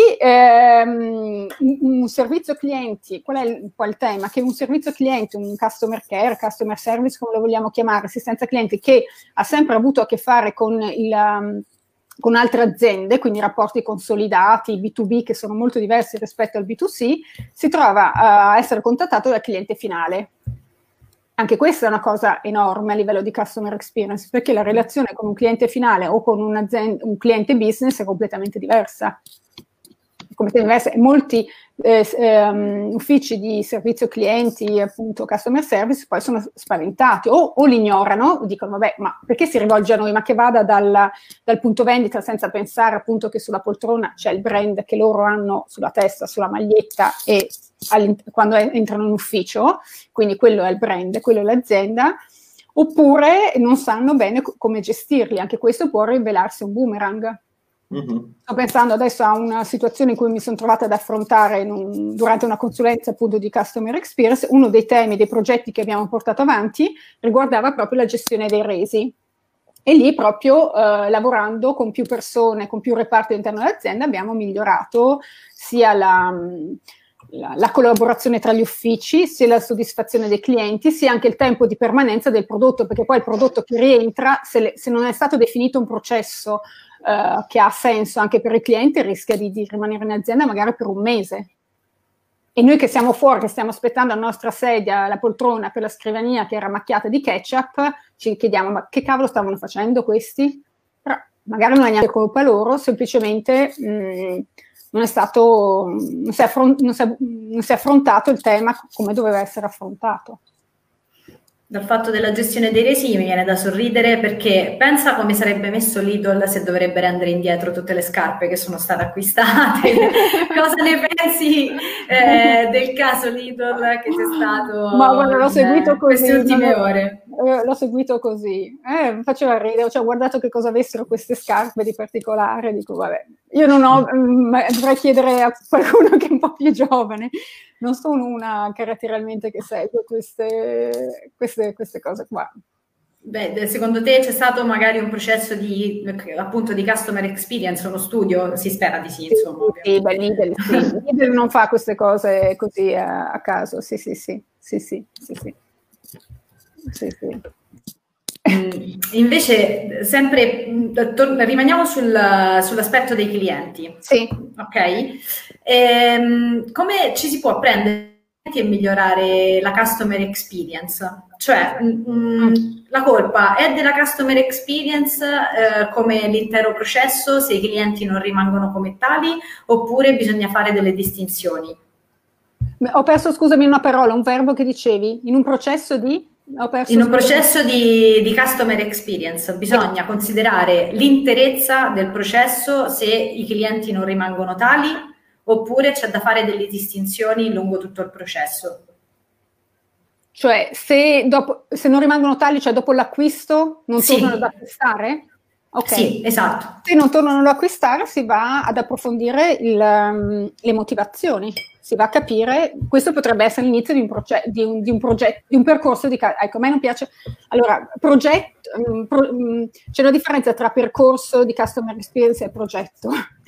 ehm, un, un servizio clienti, qual è il, qual è il tema? Che un servizio clienti, un customer care, customer service, come lo vogliamo chiamare, assistenza clienti, che ha sempre avuto a che fare con il... Um, con altre aziende, quindi rapporti consolidati, B due B che sono molto diversi rispetto al B due C, si trova a essere contattato dal cliente finale. Anche questa è una cosa enorme a livello di customer experience, perché la relazione con un cliente finale o con un'azienda, un cliente business è completamente diversa. Completamente diversa. E molti eh, um, uffici di servizio clienti, appunto customer service, poi sono spaventati o, o li ignorano, dicono vabbè, ma perché si rivolge a noi? Ma che vada dal, dal punto vendita senza pensare appunto che sulla poltrona c'è il brand che loro hanno sulla testa, sulla maglietta e quando entrano in ufficio, quindi quello è il brand, quello è l'azienda, oppure non sanno bene co- come gestirli. Anche questo può rivelarsi un boomerang. Mm-hmm. Sto pensando adesso a una situazione in cui mi sono trovata ad affrontare in un, durante una consulenza appunto di customer experience. Uno dei temi, dei progetti che abbiamo portato avanti riguardava proprio la gestione dei resi, e lì proprio eh, lavorando con più persone, con più reparti all'interno dell'azienda, abbiamo migliorato sia la, la, la collaborazione tra gli uffici, sia la soddisfazione dei clienti, sia anche il tempo di permanenza del prodotto, perché poi il prodotto che rientra, se, le, se non è stato definito un processo Uh, che ha senso anche per il cliente, rischia di, di rimanere in azienda magari per un mese. E noi che siamo fuori, che stiamo aspettando la nostra sedia, la poltrona per la scrivania che era macchiata di ketchup, ci chiediamo ma che cavolo stavano facendo questi? Però magari non è neanche colpa loro, semplicemente mh, non è stato, non si è, affron- non, si è, non si è affrontato il tema come doveva essere affrontato. Dal fatto della gestione dei resi mi viene da sorridere, perché pensa come sarebbe messo Lidl se dovrebbe rendere indietro tutte le scarpe che sono state acquistate. Cosa ne pensi eh, del caso Lidl che c'è stato? Ma guarda, l'ho seguito eh, così, queste ultime ore? Eh, l'ho seguito così, eh, mi faceva ridere, cioè, ho guardato che cosa avessero queste scarpe di particolare, dico vabbè, io non ho, mh, dovrei chiedere a qualcuno che è un po' più giovane. Non sono una caratterialmente che segue queste, queste, queste cose qua. Beh, secondo te c'è stato magari un processo di, appunto, di customer experience, uno studio? Si spera di sì, insomma. Sì, beh, Lidl, sì. Lidl non fa queste cose così a, a caso, sì, sì, sì, sì, sì, sì, sì. sì, sì. Invece, sempre tor- rimaniamo sul, sull'aspetto dei clienti. Sì. Ok? Ehm, come ci si può prendere e migliorare la customer experience? Cioè, mh, la colpa è della customer experience eh, come l'intero processo, se i clienti non rimangono come tali, oppure bisogna fare delle distinzioni? Ho perso, scusami, una parola, un verbo che dicevi, in un processo di... In un processo di, di customer experience bisogna considerare l'interezza del processo se i clienti non rimangono tali, oppure c'è da fare delle distinzioni lungo tutto il processo. Cioè, se, dopo, se non rimangono tali, cioè dopo l'acquisto non sì. tornano ad acquistare? Ok. Sì, esatto. Se non tornano ad acquistare si va ad approfondire il, um, le motivazioni, si va a capire, questo potrebbe essere l'inizio di un, proge- di un, di un progetto, di un percorso di, ecco, a me non piace, allora, progetto, um, pro, um, c'è una differenza tra percorso di customer experience e progetto.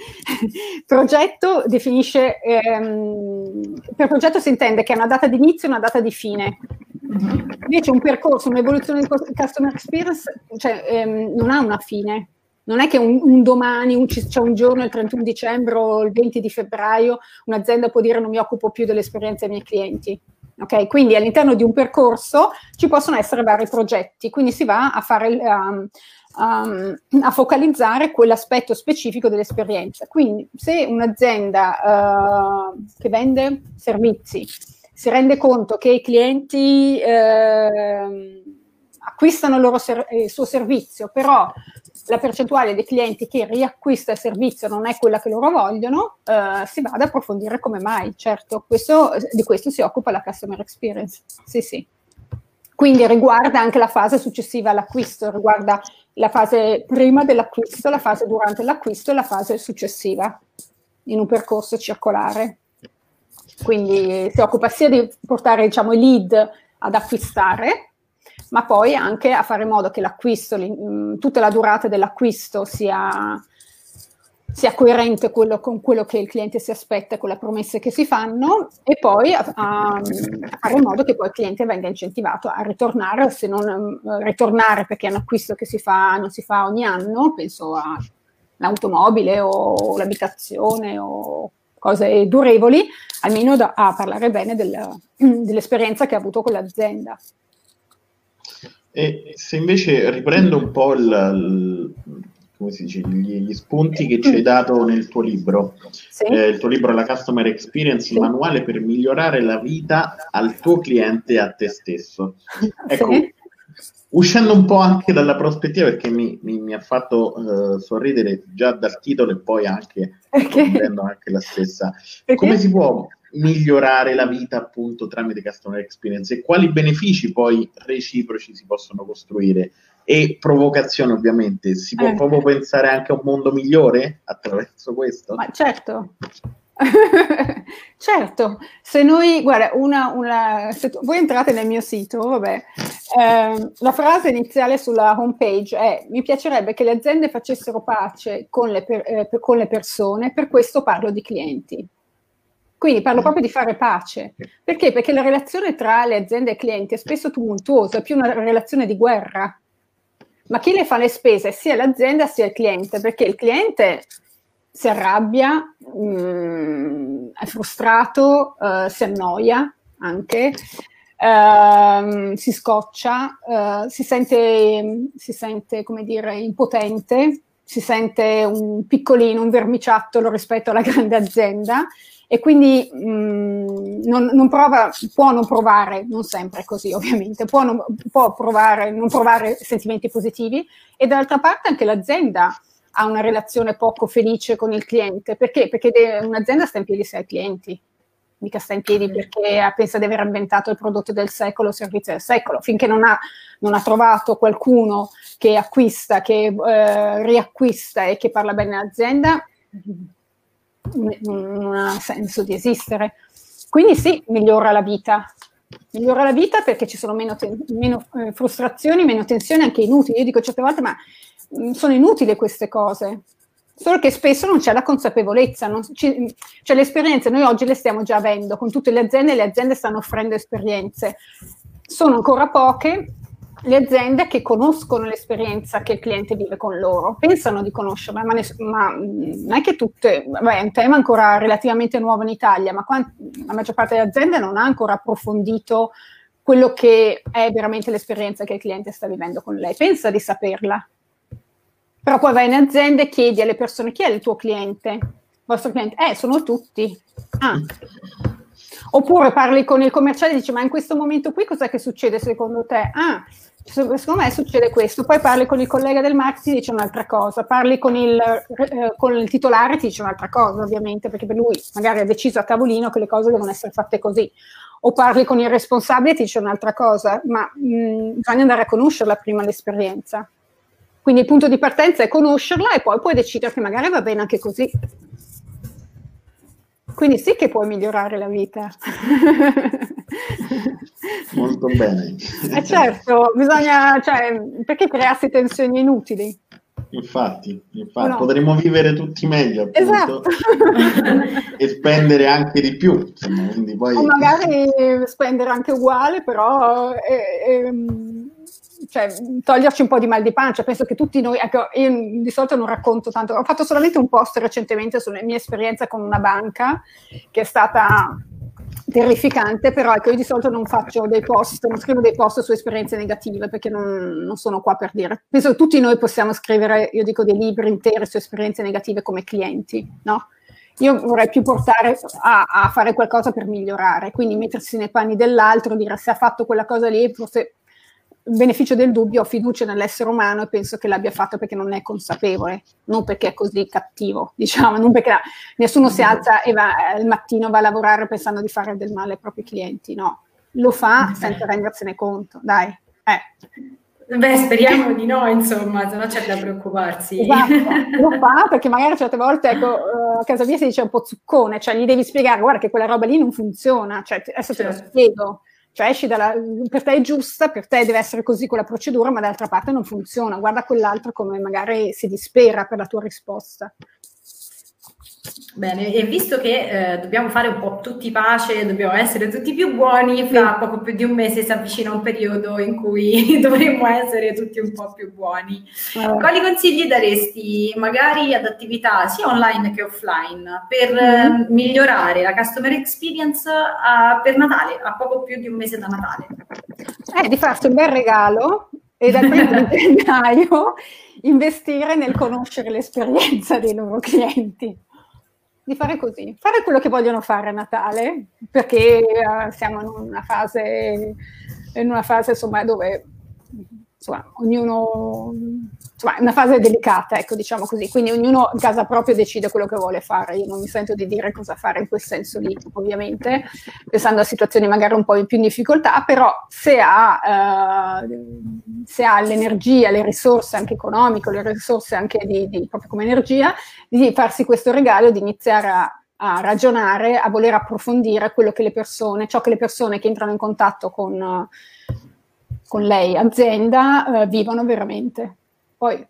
Progetto definisce, um, per progetto si intende che è una data di inizio e una data di fine. Invece un percorso, un'evoluzione di customer experience, cioè, ehm, non ha una fine. Non è che un, un domani, un, c'è un giorno, il trentuno dicembre o il venti di febbraio, un'azienda può dire non mi occupo più dell'esperienza dei miei clienti. Okay? Quindi all'interno di un percorso ci possono essere vari progetti, quindi si va a fare um, um, a focalizzare quell'aspetto specifico dell'esperienza. Quindi se un'azienda uh, che vende servizi si rende conto che i clienti eh, acquistano il, loro ser- il suo servizio, però la percentuale dei clienti che riacquista il servizio non è quella che loro vogliono, eh, si va ad approfondire come mai. Certo, questo, di questo si occupa la customer experience. Sì, sì. Quindi riguarda anche la fase successiva all'acquisto, riguarda la fase prima dell'acquisto, la fase durante l'acquisto e la fase successiva in un percorso circolare. Quindi si occupa sia di portare, diciamo, i lead ad acquistare, ma poi anche a fare in modo che l'acquisto, tutta la durata dell'acquisto sia, sia coerente quello, con quello che il cliente si aspetta, con le promesse che si fanno, e poi a, a, a fare in modo che poi il cliente venga incentivato a ritornare, se non uh, ritornare perché è un acquisto che si fa, non si fa ogni anno, penso all'automobile o l'abitazione o cose durevoli, almeno da, a parlare bene del, dell'esperienza che ha avuto con l'azienda. E se invece riprendo un po' il, il, come si dice, gli, gli spunti che ci hai dato nel tuo libro, sì. eh, il tuo libro La Customer Experience, sì. Il manuale per migliorare la vita al tuo cliente e a te stesso. Ecco, sì. Uscendo un po' anche dalla prospettiva, perché mi, mi, mi ha fatto uh, sorridere già dal titolo e poi anche comprendendo anche la stessa. Perché? Come si può migliorare la vita appunto tramite customer experience e quali benefici poi reciproci si possono costruire? E provocazione, ovviamente, si può eh. proprio pensare anche a un mondo migliore attraverso questo? Ma certo. Certo, se noi, guarda, una, una, se tu, voi entrate nel mio sito, vabbè, eh, la frase iniziale sulla homepage è: mi piacerebbe che le aziende facessero pace con le, per, eh, con le persone, per questo parlo di clienti. Quindi parlo proprio di fare pace. Perché? Perché la relazione tra le aziende e i clienti è spesso tumultuosa, è più una relazione di guerra. Ma chi le fa le spese sia l'azienda sia il cliente, perché il cliente si arrabbia, mh, è frustrato, uh, si annoia anche, uh, si scoccia, uh, si sente, si sente, come dire, impotente, si sente un piccolino, un vermiciattolo rispetto alla grande azienda, e quindi mh, non, non prova, può non provare, non sempre è così ovviamente, può, non, può provare, non provare sentimenti positivi, e dall'altra parte anche l'azienda ha una relazione poco felice con il cliente. Perché? Perché un'azienda sta in piedi se ha i clienti, mica sta in piedi perché pensa di aver inventato il prodotto del secolo, il servizio del secolo. Finché non ha, non ha trovato qualcuno che acquista, che eh, riacquista e che parla bene dell'azienda, non ha senso di esistere. Quindi sì, migliora la vita. Migliora la vita perché ci sono meno, ten- meno eh, frustrazioni, meno tensioni anche inutili. Io dico certe volte, ma sono inutili queste cose, solo che spesso non c'è la consapevolezza, non ci, cioè le esperienze noi oggi le stiamo già avendo con tutte le aziende, le aziende stanno offrendo esperienze, sono ancora poche le aziende che conoscono l'esperienza che il cliente vive con loro, pensano di conoscerla, ma, ne, ma non è che tutte, beh, è un tema ancora relativamente nuovo in Italia, ma qua, la maggior parte delle aziende non ha ancora approfondito quello che è veramente l'esperienza che il cliente sta vivendo con lei, pensa di saperla. Però poi vai in azienda e chiedi alle persone: chi è il tuo cliente? Il vostro cliente? Eh, sono tutti. Ah. Oppure parli con il commerciale e dici, ma in questo momento qui cos'è che succede secondo te? Ah, secondo me succede questo. Poi parli con il collega del marketing e dice un'altra cosa, parli con il, eh, con il titolare e ti dice un'altra cosa, ovviamente, perché per lui magari ha deciso a tavolino che le cose devono essere fatte così. O parli con il responsabile e ti dice un'altra cosa, ma mh, bisogna andare a conoscerla prima l'esperienza. Quindi il punto di partenza è conoscerla e poi puoi decidere che magari va bene anche così. Quindi sì che puoi migliorare la vita. Molto bene. Eh certo, bisogna, cioè, perché crearsi tensioni inutili? Infatti, infatti no? Potremmo vivere tutti meglio, appunto, esatto. E spendere anche di più, insomma, quindi poi... O magari spendere anche uguale, però eh, eh, cioè, toglierci un po' di mal di pancia. Penso che tutti noi, ecco, io di solito non racconto tanto, ho fatto solamente un post recentemente sulla mia esperienza con una banca, che è stata terrificante, però ecco, io di solito non faccio dei post, non scrivo dei post su esperienze negative, perché non, non sono qua per dire. Penso che tutti noi possiamo scrivere, io dico, dei libri interi su esperienze negative come clienti, no? Io vorrei più portare a, a fare qualcosa per migliorare, quindi mettersi nei panni dell'altro, dire se ha fatto quella cosa lì, forse il beneficio del dubbio, ho fiducia nell'essere umano e penso che l'abbia fatto perché non è consapevole, non perché è così cattivo, diciamo, non perché nessuno si alza e va, il mattino va a lavorare pensando di fare del male ai propri clienti, no, lo fa senza rendersene conto, dai. Eh. Beh, speriamo di no, insomma, se no c'è da preoccuparsi. Esatto, lo fa perché magari certe volte, ecco, uh, a casa mia si dice un po' zuccone, cioè gli devi spiegare, guarda che quella roba lì non funziona, cioè adesso certo. Te lo spiego, cioè esci dalla, per te è giusta, per te deve essere così quella procedura, ma d'altra parte non funziona, guarda quell'altro come magari si dispera per la tua risposta. Bene, e visto che eh, dobbiamo fare un po' tutti pace, dobbiamo essere tutti più buoni, fra poco più di un mese si avvicina un periodo in cui dovremmo essere tutti un po' più buoni. Eh. Quali consigli daresti magari ad attività sia online che offline per mm. eh, migliorare la customer experience a, per Natale, a poco più di un mese da Natale? Eh, di farsi un bel regalo e dal primo di gennaio investire nel conoscere l'esperienza dei loro clienti. Di fare così, fare quello che vogliono fare a Natale, perché uh, siamo in una fase, in una fase insomma, dove insomma, ognuno, insomma, è una fase delicata, ecco, diciamo così, quindi ognuno in casa propria decide quello che vuole fare. Io non mi sento di dire cosa fare in quel senso lì, ovviamente, pensando a situazioni magari un po' più in difficoltà, però se ha, uh, se ha l'energia, le risorse anche economiche, le risorse anche di, di, proprio come energia, di farsi questo regalo, di iniziare a, a ragionare, a voler approfondire quello che le persone, ciò che le persone che entrano in contatto con... Uh, con lei, azienda, eh, vivono veramente. Poi,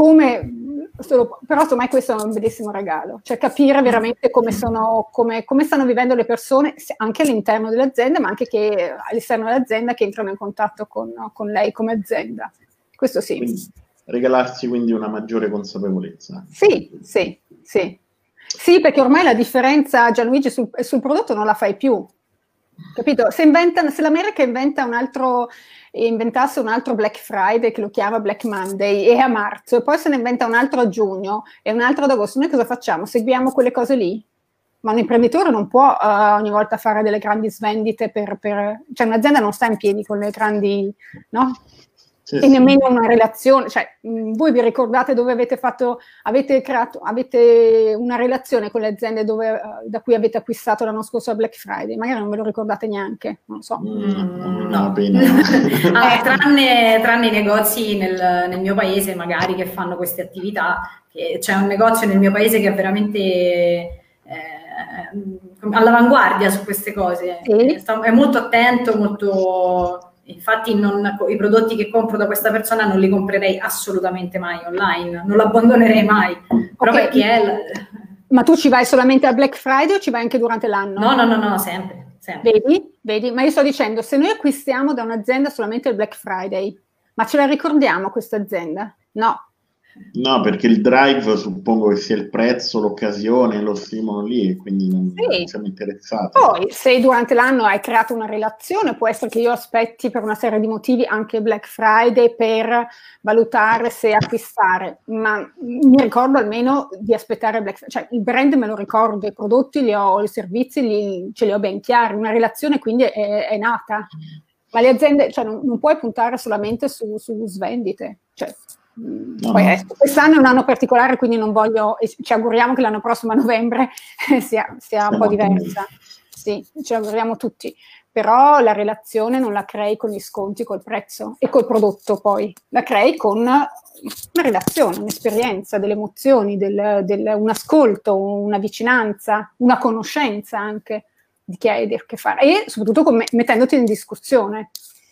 come, solo, però insomma questo è un bellissimo regalo, cioè capire veramente come, sono, come, come stanno vivendo le persone, anche all'interno dell'azienda, ma anche che all'esterno dell'azienda che entrano in contatto con, con lei come azienda. Questo sì. Quindi, regalarsi quindi una maggiore consapevolezza. Sì, sì, sì. Sì, perché ormai la differenza, Gianluigi, sul, sul prodotto non la fai più. Capito? Se, inventa, se l'America inventa un altro, inventasse un altro Black Friday che lo chiama Black Monday e a marzo, e poi se ne inventa un altro a giugno e un altro ad agosto, noi cosa facciamo? Seguiamo quelle cose lì? Ma un imprenditore non può uh, ogni volta fare delle grandi svendite per, per... cioè un'azienda non sta in piedi con le grandi, no? Sì, e sì. Nemmeno una relazione, cioè mh, voi vi ricordate dove avete fatto, avete creato, avete una relazione con le aziende dove, uh, da cui avete acquistato l'anno scorso a Black Friday, magari non ve lo ricordate neanche, non so. Mm, no, bene. ah, tranne, tranne i negozi nel, nel mio paese magari che fanno queste attività, che c'è un negozio nel mio paese che è veramente... Eh, all'avanguardia su queste cose, sì. È molto attento, molto... Infatti non, i prodotti che compro da questa persona non li comprerei assolutamente mai online, non lo abbandonerei mai. Però okay. Perché è la... Ma tu ci vai solamente al Black Friday o ci vai anche durante l'anno? No, no, no, no, sempre, sempre. Vedi? Vedi? Ma io sto dicendo, se noi acquistiamo da un'azienda solamente il Black Friday, ma ce la ricordiamo questa azienda? No. No, perché il drive suppongo che sia il prezzo, l'occasione, lo stimolo lì, e quindi non, Sì. non siamo interessati. Poi, se durante l'anno hai creato una relazione, può essere che io aspetti per una serie di motivi anche Black Friday per valutare se acquistare, ma mi ricordo almeno di aspettare Black Friday, cioè il brand me lo ricordo, i prodotti li ho, i servizi li, ce li ho ben chiari, una relazione quindi è, è nata. Ma le aziende, cioè non, non puoi puntare solamente su, su svendite, cioè, No, poi, no. eh, quest'anno è un anno particolare, quindi non voglio, e ci auguriamo che l'anno prossimo a novembre sia, sia un po' diversa. Sì, ci auguriamo tutti, però la relazione non la crei con gli sconti, col prezzo e col prodotto, poi la crei con una relazione, un'esperienza, delle emozioni, del, del, un ascolto, una vicinanza, una conoscenza anche di chi hai a che fare, e soprattutto con me, mettendoti in discussione,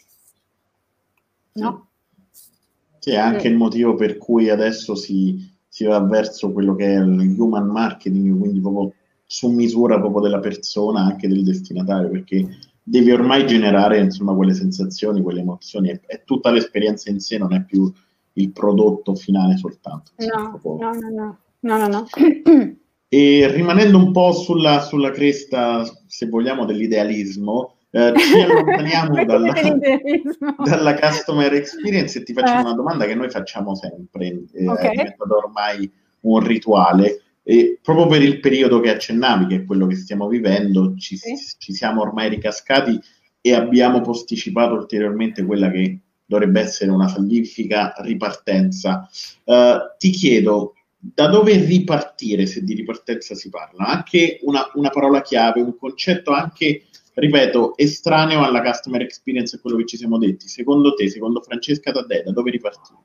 no? Sì, è anche mm. il motivo per cui adesso si, si va verso quello che è il human marketing, quindi proprio su misura proprio della persona, anche del destinatario, perché devi ormai generare, insomma, quelle sensazioni, quelle emozioni, è, è tutta l'esperienza in sé, non è più il prodotto finale soltanto. No, no, no, no, no, no, no. E rimanendo un po' sulla, sulla cresta, se vogliamo, dell'idealismo, eh, ci allontaniamo dalla, dalla customer experience e ti facciamo eh. una domanda che noi facciamo sempre, eh, okay. È diventato ormai un rituale, e proprio per il periodo che accennavi, che è quello che stiamo vivendo, ci, sì. ci siamo ormai ricascati e abbiamo posticipato ulteriormente quella che dovrebbe essere una salvifica ripartenza. Uh, ti chiedo, da dove ripartire, se di ripartenza si parla? Anche una, una parola chiave, un concetto anche, ripeto, estraneo alla customer experience e quello che ci siamo detti. Secondo te, secondo Francesca Taddei, da dove ripartire?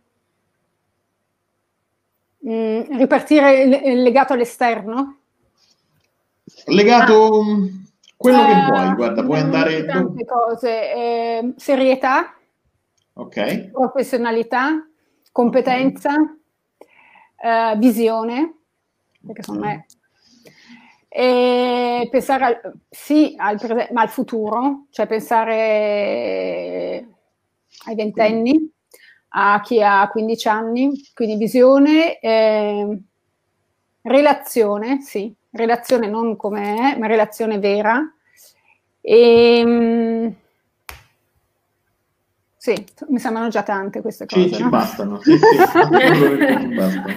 Mm, ripartire legato all'esterno? Legato ah. quello uh, che vuoi, guarda, puoi andare... Tante cose, eh, serietà, okay. professionalità, competenza, okay. uh, visione, perché secondo me... E pensare al, sì, al presente, ma al futuro, cioè pensare ai ventenni, a chi ha quindici anni, quindi visione, eh, relazione, sì, relazione non come è, ma relazione vera. E, sì, mi sembrano già tante queste cose. Sì, ci no? bastano, sì, sì, ci bastano.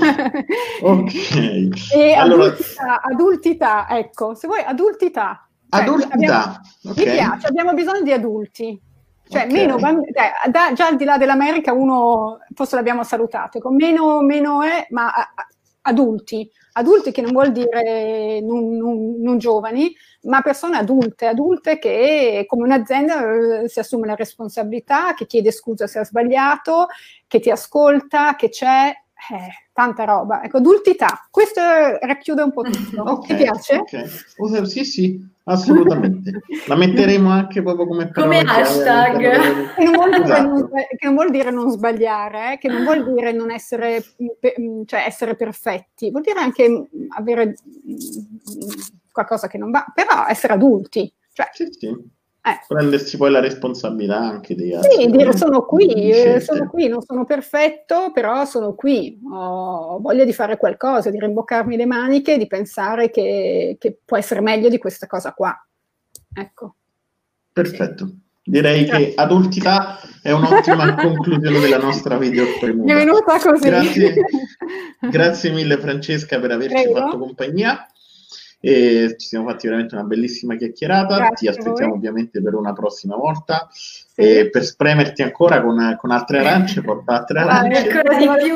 Ok. E allora... adultità, adultità, ecco, se vuoi adultità. Cioè, adultità, abbiamo, okay. Mi piace, abbiamo bisogno di adulti. Cioè, okay. meno bambini, eh, da, già al di là dell'America uno, forse l'abbiamo salutato, ecco, meno, meno è, ma adulti. Adulti che non vuol dire non, non, non giovani, ma persone adulte, adulte che come un'azienda eh, si assume la responsabilità, che chiede scusa se ha sbagliato, che ti ascolta, che c'è, eh, tanta roba. Ecco, adultità, questo racchiude un po' tutto. Okay, ti piace? Okay. Sì, sì, assolutamente. La metteremo anche proprio come come hashtag. Che non, vuol dire esatto. non, che non vuol dire non sbagliare, eh? Che non vuol dire non essere, cioè essere perfetti, vuol dire anche avere qualcosa che non va, però essere adulti. Cioè, sì, sì. Eh. Prendersi poi la responsabilità anche dei altri. Sì, dire sono qui, eh, sono qui, non sono perfetto, però sono qui, ho voglia di fare qualcosa, di rimboccarmi le maniche, di pensare che, che può essere meglio di questa cosa qua. Ecco. Perfetto. Direi sì. che adultità è un'ottima conclusione della nostra video premuta. Mi è venuta così. Grazie, grazie mille Francesca per averci Prego. fatto compagnia. E ci siamo fatti veramente una bellissima chiacchierata. Grazie ti aspettiamo ovviamente per una prossima volta, sì. e per spremerti ancora con, con altre arance, porta altre arance. Ancora di più.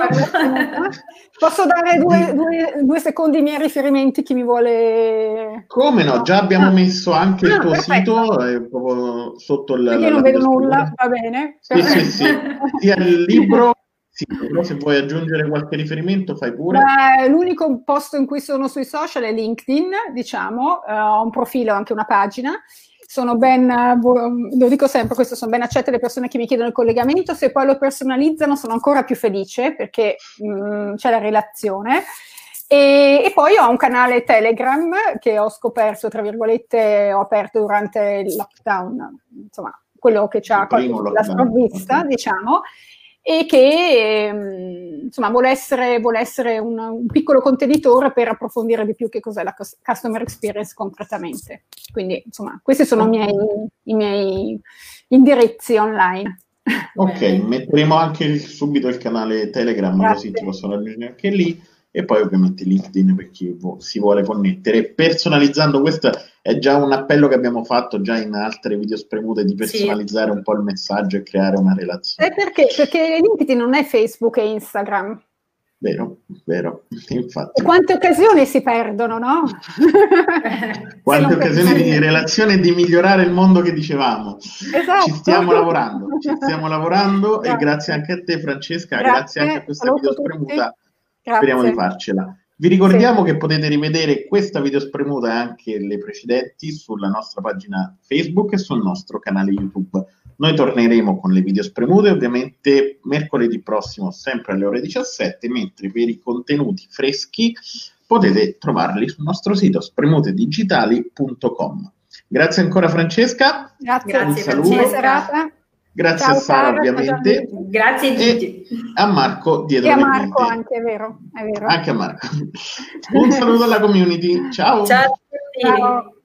Posso dare due, due, due secondi i miei riferimenti, chi mi vuole... Come no, già abbiamo ah. messo anche ah, il tuo perfetto. sito eh, proprio sotto il... Io non vedo nulla, va bene. Sì, sì, sì, sia il libro... Sì, però se vuoi aggiungere qualche riferimento fai pure. Beh, l'unico posto in cui sono sui social è LinkedIn, diciamo, uh, ho un profilo, anche una pagina, sono ben, uh, lo dico sempre, questo, sono ben accette le persone che mi chiedono il collegamento, se poi lo personalizzano sono ancora più felice perché mh, c'è la relazione. E, e poi ho un canale Telegram che ho scoperto, tra virgolette, ho aperto durante il lockdown, insomma, quello che ci ha colto la sprovvista, okay. diciamo, e che ehm, insomma vuole essere, vuole essere un, un piccolo contenitore per approfondire di più che cos'è la customer experience concretamente. Quindi insomma questi sono i miei, i miei indirizzi online. Ok, metteremo anche subito il canale Telegram, Grazie. Così ti possono raggiungere anche lì, e poi ovviamente LinkedIn per chi vo- si vuole connettere. Personalizzando, questo è già un appello che abbiamo fatto già in altre video spremute, di personalizzare sì. un po' il messaggio e creare una relazione. E perché? Perché LinkedIn non è Facebook e Instagram. Vero, vero, infatti. E quante occasioni si perdono, no? Quante occasioni di relazione e di migliorare il mondo che dicevamo. Esatto. Ci stiamo lavorando, ci stiamo lavorando grazie. E grazie anche a te Francesca, grazie, grazie anche a questa video spremuta, speriamo di farcela. Vi ricordiamo sì. che potete rivedere questa video spremuta e anche le precedenti sulla nostra pagina Facebook e sul nostro canale YouTube. Noi torneremo con le video spremute ovviamente mercoledì prossimo, sempre alle ore diciassette, mentre per i contenuti freschi potete trovarli sul nostro sito spremutedigital punto com. Grazie ancora Francesca. Grazie, un grazie saluto. Buona serata. Grazie Ciao, a Sara Sara, ovviamente. Grazie a tutti. E a Marco dietro e a le Marco quinte. anche, è vero, è vero. Anche a Marco. Un saluto alla community. Ciao. Ciao a tutti. Ciao.